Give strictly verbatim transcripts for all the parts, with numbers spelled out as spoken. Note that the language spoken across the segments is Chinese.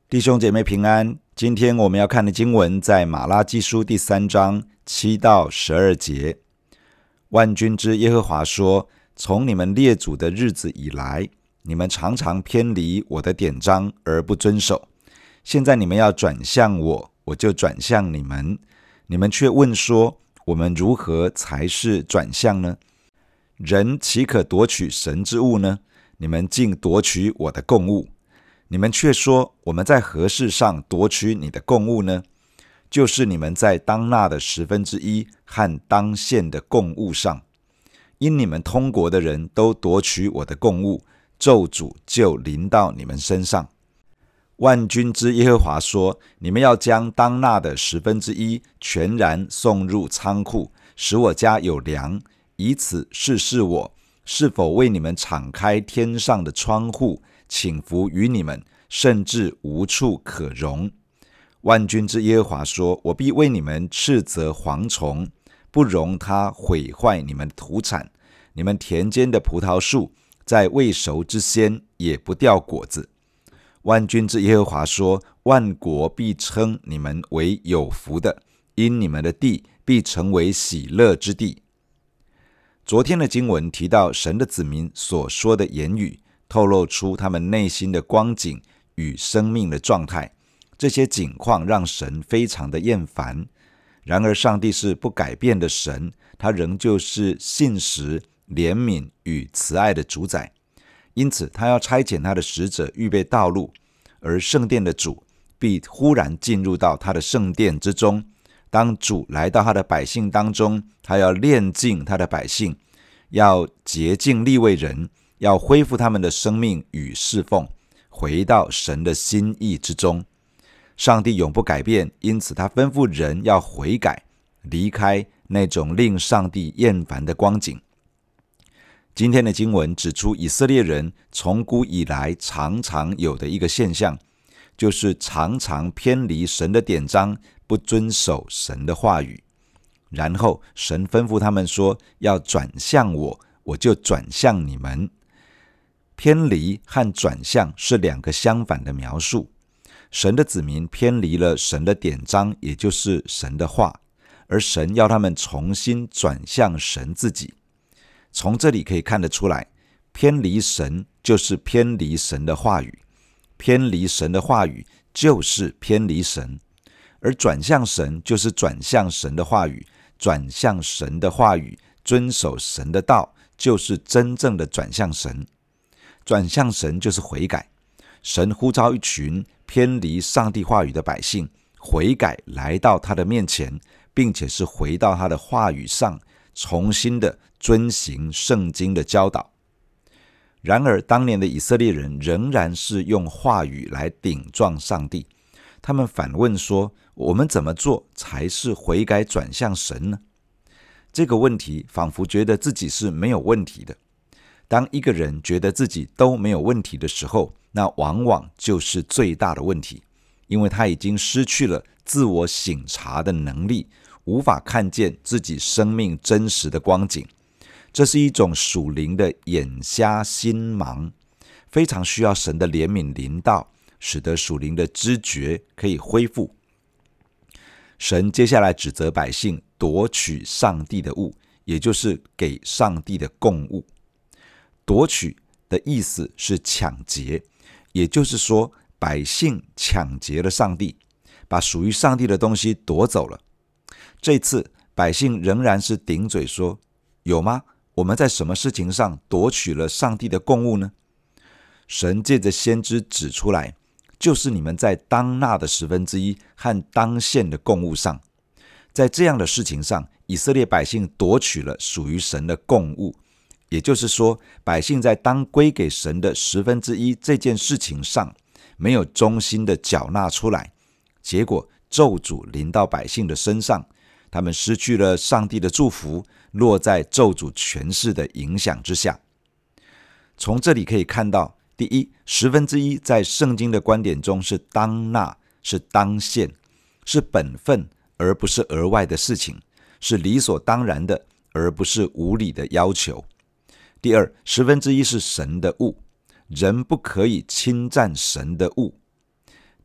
弟兄姐妹平安，今天我们要看的经文在马拉基书第三章七到十二节。万军之耶和华说，从你们列祖的日子以来，你们常常偏离我的典章而不遵守。现在你们要转向我，我就转向你们。你们却问说，我们如何才是转向呢？人岂可夺取神之物呢？你们竟夺取我的供物。你们却说，我们在何事上夺取你的供物呢？就是你们在当纳的十分之一和当献的供物上。因你们通国的人都夺取我的供物，咒诅就临到你们身上。万军之耶和华说，你们要将当纳的十分之一全然送入仓库，使我家有粮，以此试试我是否为你们敞开天上的窗户，倾福于你们，甚至无处可容。万军之耶和华说，我必为你们斥责蝗虫，不容它毁坏你们的土产。你们田间的葡萄树在未熟之先也不掉果子。万军之耶和华说，万国必称你们为有福的，因你们的地必成为喜乐之地。昨天的经文提到神的子民所说的言语，透露出他们内心的光景与生命的状态，这些景况让神非常的厌烦。然而上帝是不改变的神，他仍旧是信实、怜悯与慈爱的主宰，因此他要差遣他的使者预备道路，而圣殿的主必忽然进入到他的圣殿之中。当主来到他的百姓当中，他要炼净他的百姓，要洁净利未人，要恢复他们的生命与侍奉，回到神的心意之中。上帝永不改变，因此他吩咐人要悔改，离开那种令上帝厌烦的光景。今天的经文指出以色列人从古以来常常有的一个现象，就是常常偏离神的典章，不遵守神的话语。然后神吩咐他们说，要转向我，我就转向你们。偏离和转向是两个相反的描述。神的子民偏离了神的典章，也就是神的话，而神要他们重新转向神自己。从这里可以看得出来，偏离神就是偏离神的话语，偏离神的话语就是偏离神，而转向神就是转向神的话语，转向神的话语，遵守神的道，就是真正的转向神。转向神就是悔改，神呼召一群偏离上帝话语的百姓悔改，来到他的面前，并且是回到他的话语上，重新的遵行圣经的教导。然而当年的以色列人仍然是用话语来顶撞上帝，他们反问说，我们怎么做才是悔改转向神呢？这个问题仿佛觉得自己是没有问题的。当一个人觉得自己都没有问题的时候，那往往就是最大的问题，因为他已经失去了自我省察的能力，无法看见自己生命真实的光景。这是一种属灵的眼瞎心盲，非常需要神的怜悯临到，使得属灵的知觉可以恢复。神接下来指责百姓夺取上帝的物，也就是给上帝的供物。夺取的意思是抢劫，也就是说百姓抢劫了上帝，把属于上帝的东西夺走了。这次百姓仍然是顶嘴说，有吗？我们在什么事情上夺取了上帝的供物呢？神借着先知指出来，就是你们在当纳的十分之一和当献的供物上。在这样的事情上，以色列百姓夺取了属于神的供物，也就是说，百姓在当归给神的十分之一这件事情上没有忠心的缴纳出来，结果咒诅临到百姓的身上，他们失去了上帝的祝福，落在咒诅权势的影响之下。从这里可以看到，第一，十分之一在圣经的观点中是当纳，是当献，是本分而不是额外的事情，是理所当然的而不是无理的要求。第二，十分之一是神的物，人不可以侵占神的物。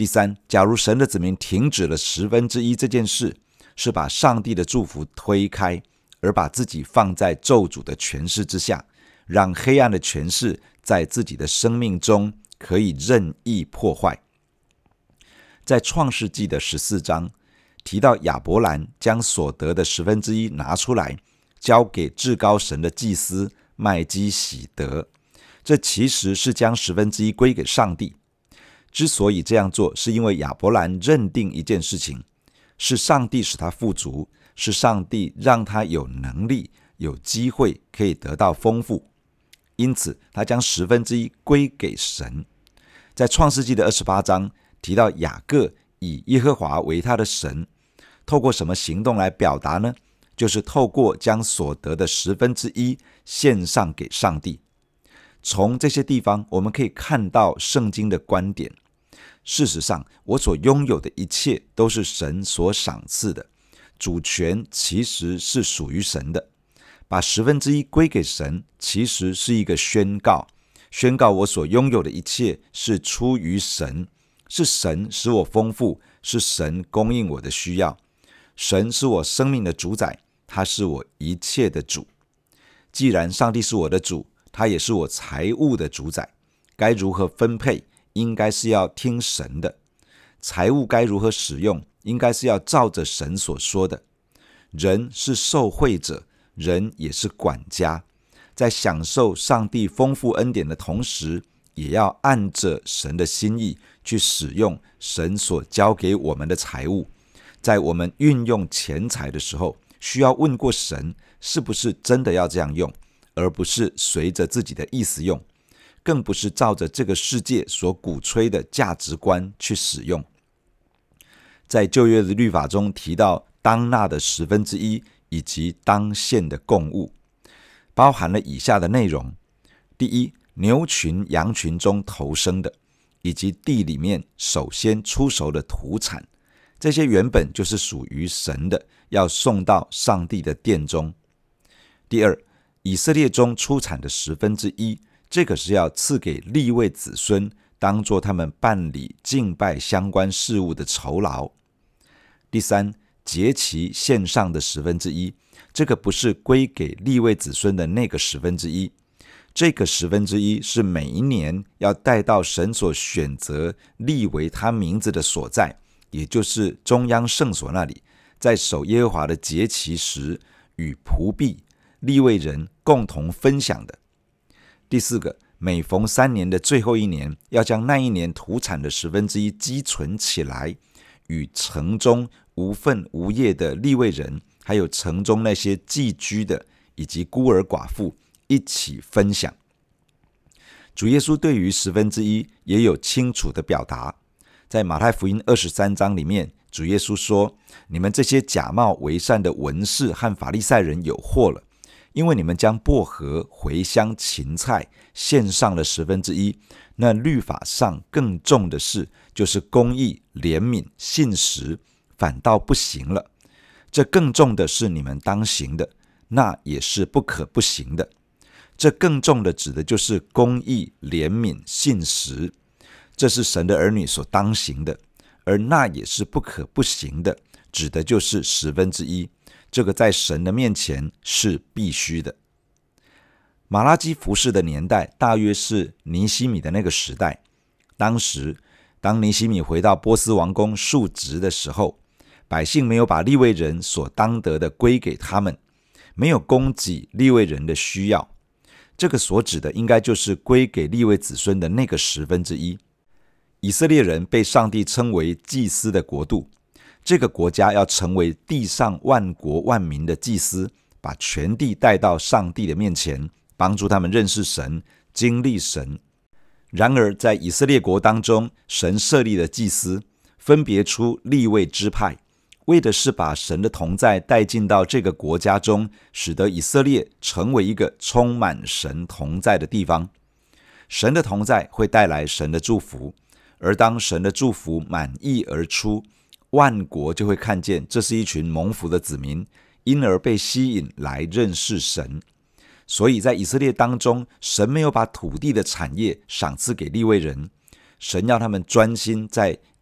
第三，假如神的子民停止了十分之一这件事，是把上帝的祝福推开，而把自己放在咒诅的权势之下，让黑暗的权势在自己的生命中可以任意破坏。在创世纪的十四章提到亚伯兰将所得的十分之一拿出来，交给至高神的祭司麦基洗德，这其实是将十分之一归给上帝。之所以这样做，是因为亚伯兰认定一件事情，是上帝使他富足，是上帝让他有能力、有机会可以得到丰富，因此他将十分之一归给神。在创世纪的二十八章提到雅各以耶和华为他的神，透过什么行动来表达呢？就是透过将所得的十分之一献上给上帝。从这些地方我们可以看到圣经的观点。事实上，我所拥有的一切都是神所赏赐的，主权其实是属于神的。把十分之一归给神，其实是一个宣告，宣告我所拥有的一切是出于神，是神使我丰富，是神供应我的需要。神是我生命的主宰，他是我一切的主。既然上帝是我的主，他也是我财物的主宰，该如何分配，应该是要听神的。财物该如何使用，应该是要照着神所说的。人是受惠者，人也是管家，在享受上帝丰富恩典的同时，也要按着神的心意去使用神所交给我们的财物。在我们运用钱财的时候，需要问过神是不是真的要这样用，而不是随着自己的意思用，更不是照着这个世界所鼓吹的价值观去使用。在旧约的律法中提到当纳的十分之一以及当献的供物，包含了以下的内容：第一，牛群羊群中头生的，以及地里面首先出熟的土产，这些原本就是属于神的，要送到上帝的殿中。第二，以色列中出产的十分之一，这个是要赐给利未子孙，当作他们办理敬拜相关事务的酬劳。第三，节期献上的十分之一，这个不是归给利未子孙的那个十分之一，这个十分之一是每一年要带到神所选择立为他名字的所在，也就是中央圣所那里，在守耶和华的节期时，与仆婢、利未人共同分享的。第四个，每逢三年的最后一年，要将那一年土产的十分之一积存起来，与城中无分无业的利未人，还有城中那些寄居的以及孤儿寡妇一起分享。主耶稣对于十分之一也有清楚的表达，在马太福音二十三章里面，主耶稣说：你们这些假冒为善的文士和法利赛人有祸了，因为你们将薄荷、茴香、芹菜献上了十分之一，那律法上更重的事，就是公义、怜悯、信实，反倒不行了。这更重的是你们当行的，那也是不可不行的。这更重的指的就是公义、怜悯、信实，这是神的儿女所当行的，而那也是不可不行的，指的就是十分之一。这个在神的面前是必须的。马拉基服侍的年代大约是尼希米的那个时代，当时当尼希米回到波斯王宫述职的时候，百姓没有把利未人所当得的归给他们，没有供给利未人的需要，这个所指的应该就是归给利未子孙的那个十分之一。以色列人被上帝称为祭司的国度，这个国家要成为地上万国万民的祭司，把全地带到上帝的面前，帮助他们认识神，经历神。然而在以色列国当中，神设立了祭司，分别出利未支派，为的是把神的同在带进到这个国家中，使得以色列成为一个充满神同在的地方。神的同在会带来神的祝福，而当神的祝福满溢而出，万国就会看见这是一群蒙福的子民，因而被吸引来认识神。所以在以色列当中，神没有把土地的产业赏赐给利未人，神要他们专心在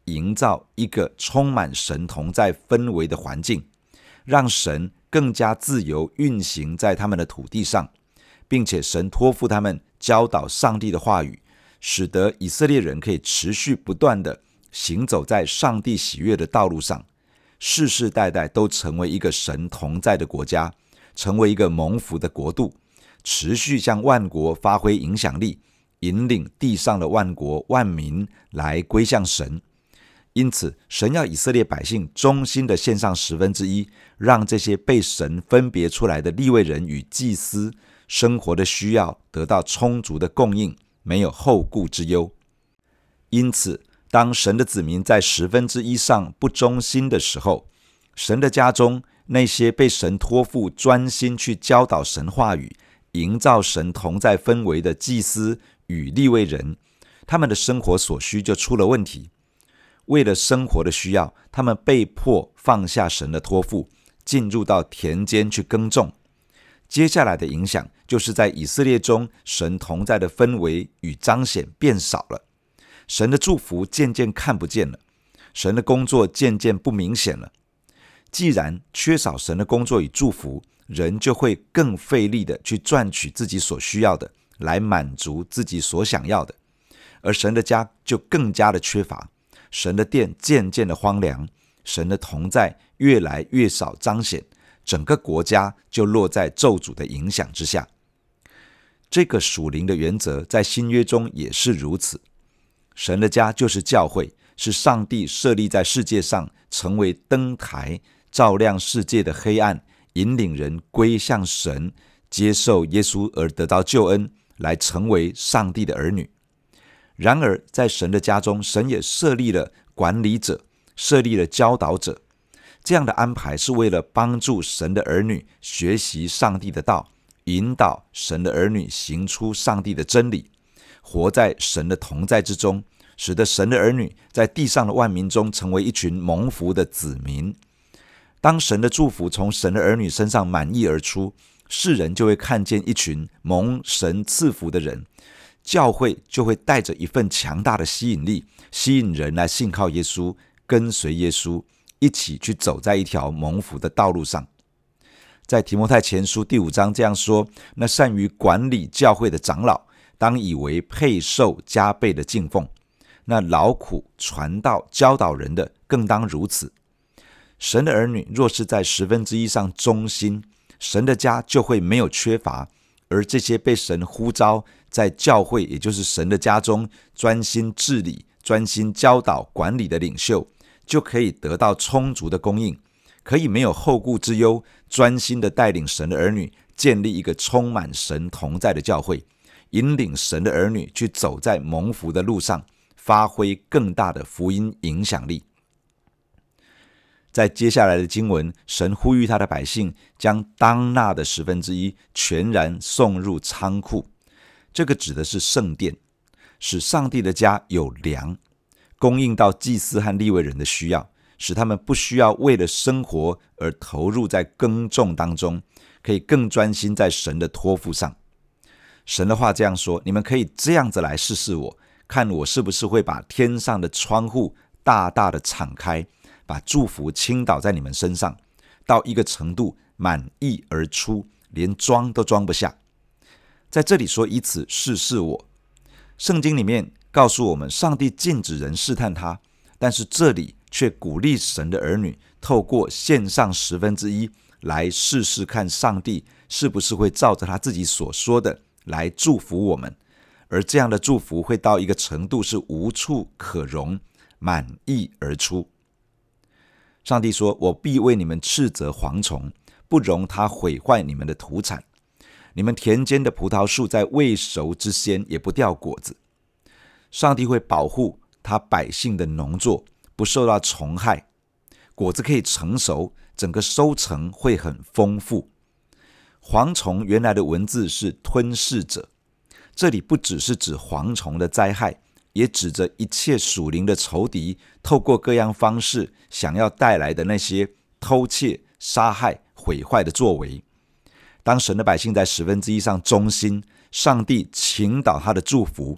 营造一个充满神同在氛围的环境，让神更加自由运行在他们的土地上，并且神托付他们教导上帝的话语，使得以色列人可以持续不断的行走在上帝喜悦的道路上，世世代代都成为一个神同在的国家，成为一个蒙福的国度，持续向万国发挥影响力，引领地上的万国万民来归向神。因此，神要以色列百姓忠心的献上十分之一，让这些被神分别出来的利未人与祭司生活的需要得到充足的供应，没有后顾之忧。因此，当神的子民在十分之一上不忠心的时候，神的家中那些被神托付专心去教导神话语，营造神同在氛围的祭司与利未人，他们的生活所需就出了问题。为了生活的需要，他们被迫放下神的托付，进入到田间去耕种。接下来的影响就是在以色列中神同在的氛围与彰显变少了，神的祝福渐渐看不见了，神的工作渐渐不明显了。既然缺少神的工作与祝福，人就会更费力的去赚取自己所需要的，来满足自己所想要的，而神的家就更加的缺乏，神的殿渐渐的荒凉，神的同在越来越少彰显，整个国家就落在咒诅的影响之下。这个属灵的原则在新约中也是如此。神的家就是教会，是上帝设立在世界上，成为灯台，照亮世界的黑暗，引领人归向神，接受耶稣而得到救恩，来成为上帝的儿女。然而在神的家中，神也设立了管理者，设立了教导者。这样的安排是为了帮助神的儿女学习上帝的道，引导神的儿女行出上帝的真理，活在神的同在之中，使得神的儿女在地上的万民中成为一群蒙福的子民。当神的祝福从神的儿女身上满溢而出，世人就会看见一群蒙神赐福的人，教会就会带着一份强大的吸引力，吸引人来信靠耶稣，跟随耶稣，一起去走在一条蒙福的道路上。在提摩太前书第五章这样说，那善于管理教会的长老，当以为配受加倍的敬奉，那劳苦传道教导人的，更当如此。神的儿女若是在十分之一上忠心，神的家就会没有缺乏，而这些被神呼召在教会，也就是神的家中专心治理、专心教导管理的领袖，就可以得到充足的供应，可以没有后顾之忧，专心的带领神的儿女建立一个充满神同在的教会，引领神的儿女去走在蒙福的路上，发挥更大的福音影响力。在接下来的经文，神呼吁他的百姓将当纳的十分之一全然送入仓库，这个指的是圣殿，使上帝的家有粮，供应到祭司和利未人的需要，使他们不需要为了生活而投入在耕种当中，可以更专心在神的托付上。神的话这样说，你们可以这样子来试试我，看我是不是会把天上的窗户大大的敞开，把祝福倾倒在你们身上，到一个程度满溢而出，连装都装不下。在这里说以此试试我，圣经里面告诉我们，上帝禁止人试探他，但是这里却鼓励神的儿女透过献上十分之一来试试看上帝是不是会照着他自己所说的来祝福我们，而这样的祝福会到一个程度是无处可容，满溢而出。上帝说，我必为你们斥责蝗虫，不容它毁坏你们的土产，你们田间的葡萄树在未熟之先也不掉果子。上帝会保护他百姓的农作不受到虫害，果子可以成熟，整个收成会很丰富。蝗虫原来的文字是吞噬者，这里不只是指蝗虫的灾害，也指着一切属灵的仇敌透过各样方式想要带来的那些偷窃、杀害、毁坏的作为。当神的百姓在十分之一上忠心，上帝倾倒他的祝福，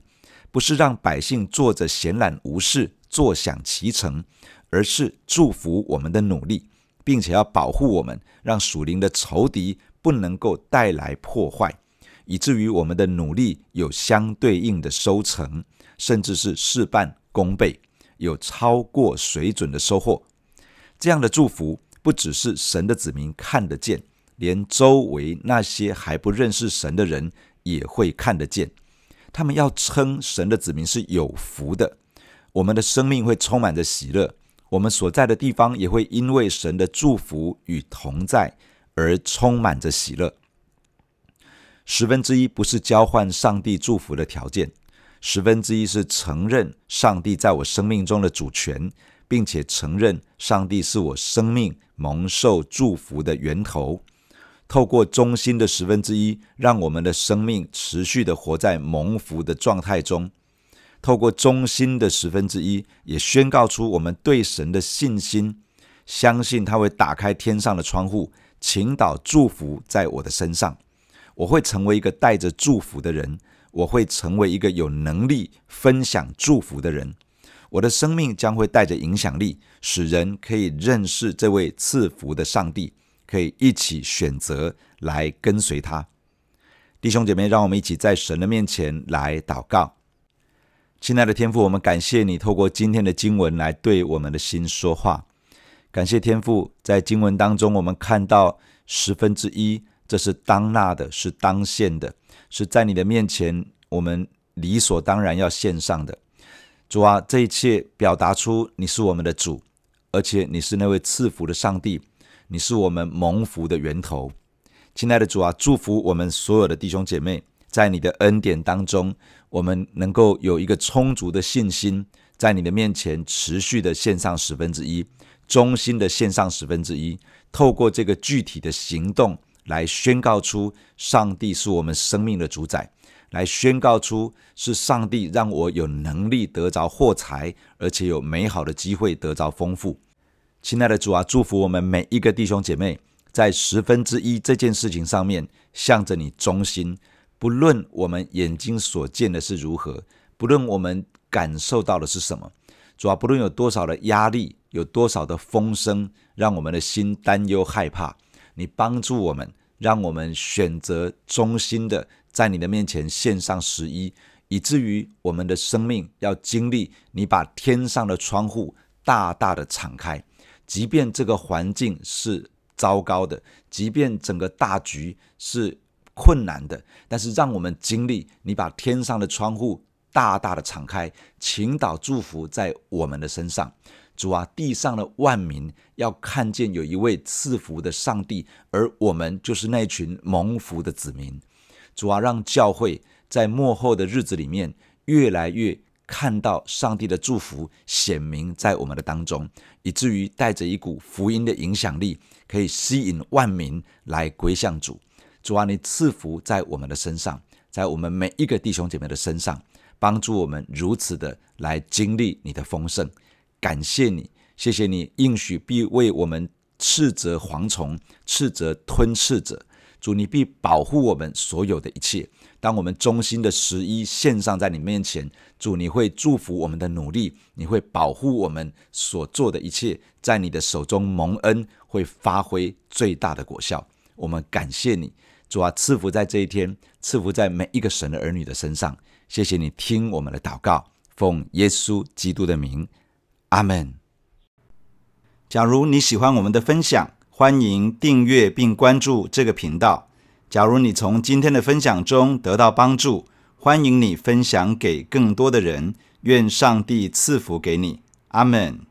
不是让百姓坐着闲懒无事，坐享其成，而是祝福我们的努力，并且要保护我们，让属灵的仇敌不能够带来破坏，以至于我们的努力有相对应的收成，甚至是事半功倍，有超过水准的收获。这样的祝福不只是神的子民看得见，连周围那些还不认识神的人也会看得见。他们要称神的子民是有福的，我们的生命会充满着喜乐，我们所在的地方也会因为神的祝福与同在而充满着喜乐。十分之一不是交换上帝祝福的条件，十分之一是承认上帝在我生命中的主权，并且承认上帝是我生命蒙受祝福的源头。透过忠心的十分之一，让我们的生命持续的活在蒙福的状态中。透过忠心的十分之一，也宣告出我们对神的信心，相信他会打开天上的窗户，倾倒祝福在我的身上。我会成为一个带着祝福的人，我会成为一个有能力分享祝福的人。我的生命将会带着影响力，使人可以认识这位赐福的上帝，可以一起选择来跟随他。弟兄姐妹，让我们一起在神的面前来祷告。亲爱的天父，我们感谢你透过今天的经文来对我们的心说话。感谢天父，在经文当中我们看到十分之一，这是当纳的，是当献的，是在你的面前我们理所当然要献上的。主啊，这一切表达出你是我们的主，而且你是那位赐福的上帝，你是我们蒙福的源头。亲爱的主啊，祝福我们所有的弟兄姐妹，在你的恩典当中，我们能够有一个充足的信心，在你的面前持续的献上十分之一，忠心的献上十分之一，透过这个具体的行动来宣告出上帝是我们生命的主宰，来宣告出是上帝让我有能力得着获财，而且有美好的机会得着丰富。亲爱的主啊，祝福我们每一个弟兄姐妹，在十分之一这件事情上面向着你忠心，不论我们眼睛所见的是如何，不论我们感受到的是什么，主啊，不论有多少的压力，有多少的风声让我们的心担忧害怕，你帮助我们，让我们选择忠心的在你的面前献上十一，以至于我们的生命要经历你把天上的窗户大大的敞开，即便这个环境是糟糕的，即便整个大局是困难的，但是让我们经历你把天上的窗户大大的敞开，倾倒祝福在我们的身上。主啊，地上的万民要看见有一位赐福的上帝，而我们就是那群蒙福的子民。主啊，让教会在末后的日子里面越来越看到上帝的祝福显明在我们的当中，以至于带着一股福音的影响力，可以吸引万民来归向主。主啊，你赐福在我们的身上，在我们每一个弟兄姐妹的身上，帮助我们如此的来经历你的丰盛。感谢你，谢谢你应许必为我们斥责蝗虫，斥责吞噬者。主，你必保护我们所有的一切。当我们忠心的十一献上在你面前，主，你会祝福我们的努力，你会保护我们所做的一切，在你的手中蒙恩，会发挥最大的果效。我们感谢你，主啊，赐福在这一天，赐福在每一个神的儿女的身上。谢谢你听我们的祷告，奉耶稣基督的名，阿们。假如你喜欢我们的分享，欢迎订阅并关注这个频道。假如你从今天的分享中得到帮助，欢迎你分享给更多的人。愿上帝赐福给你，阿们。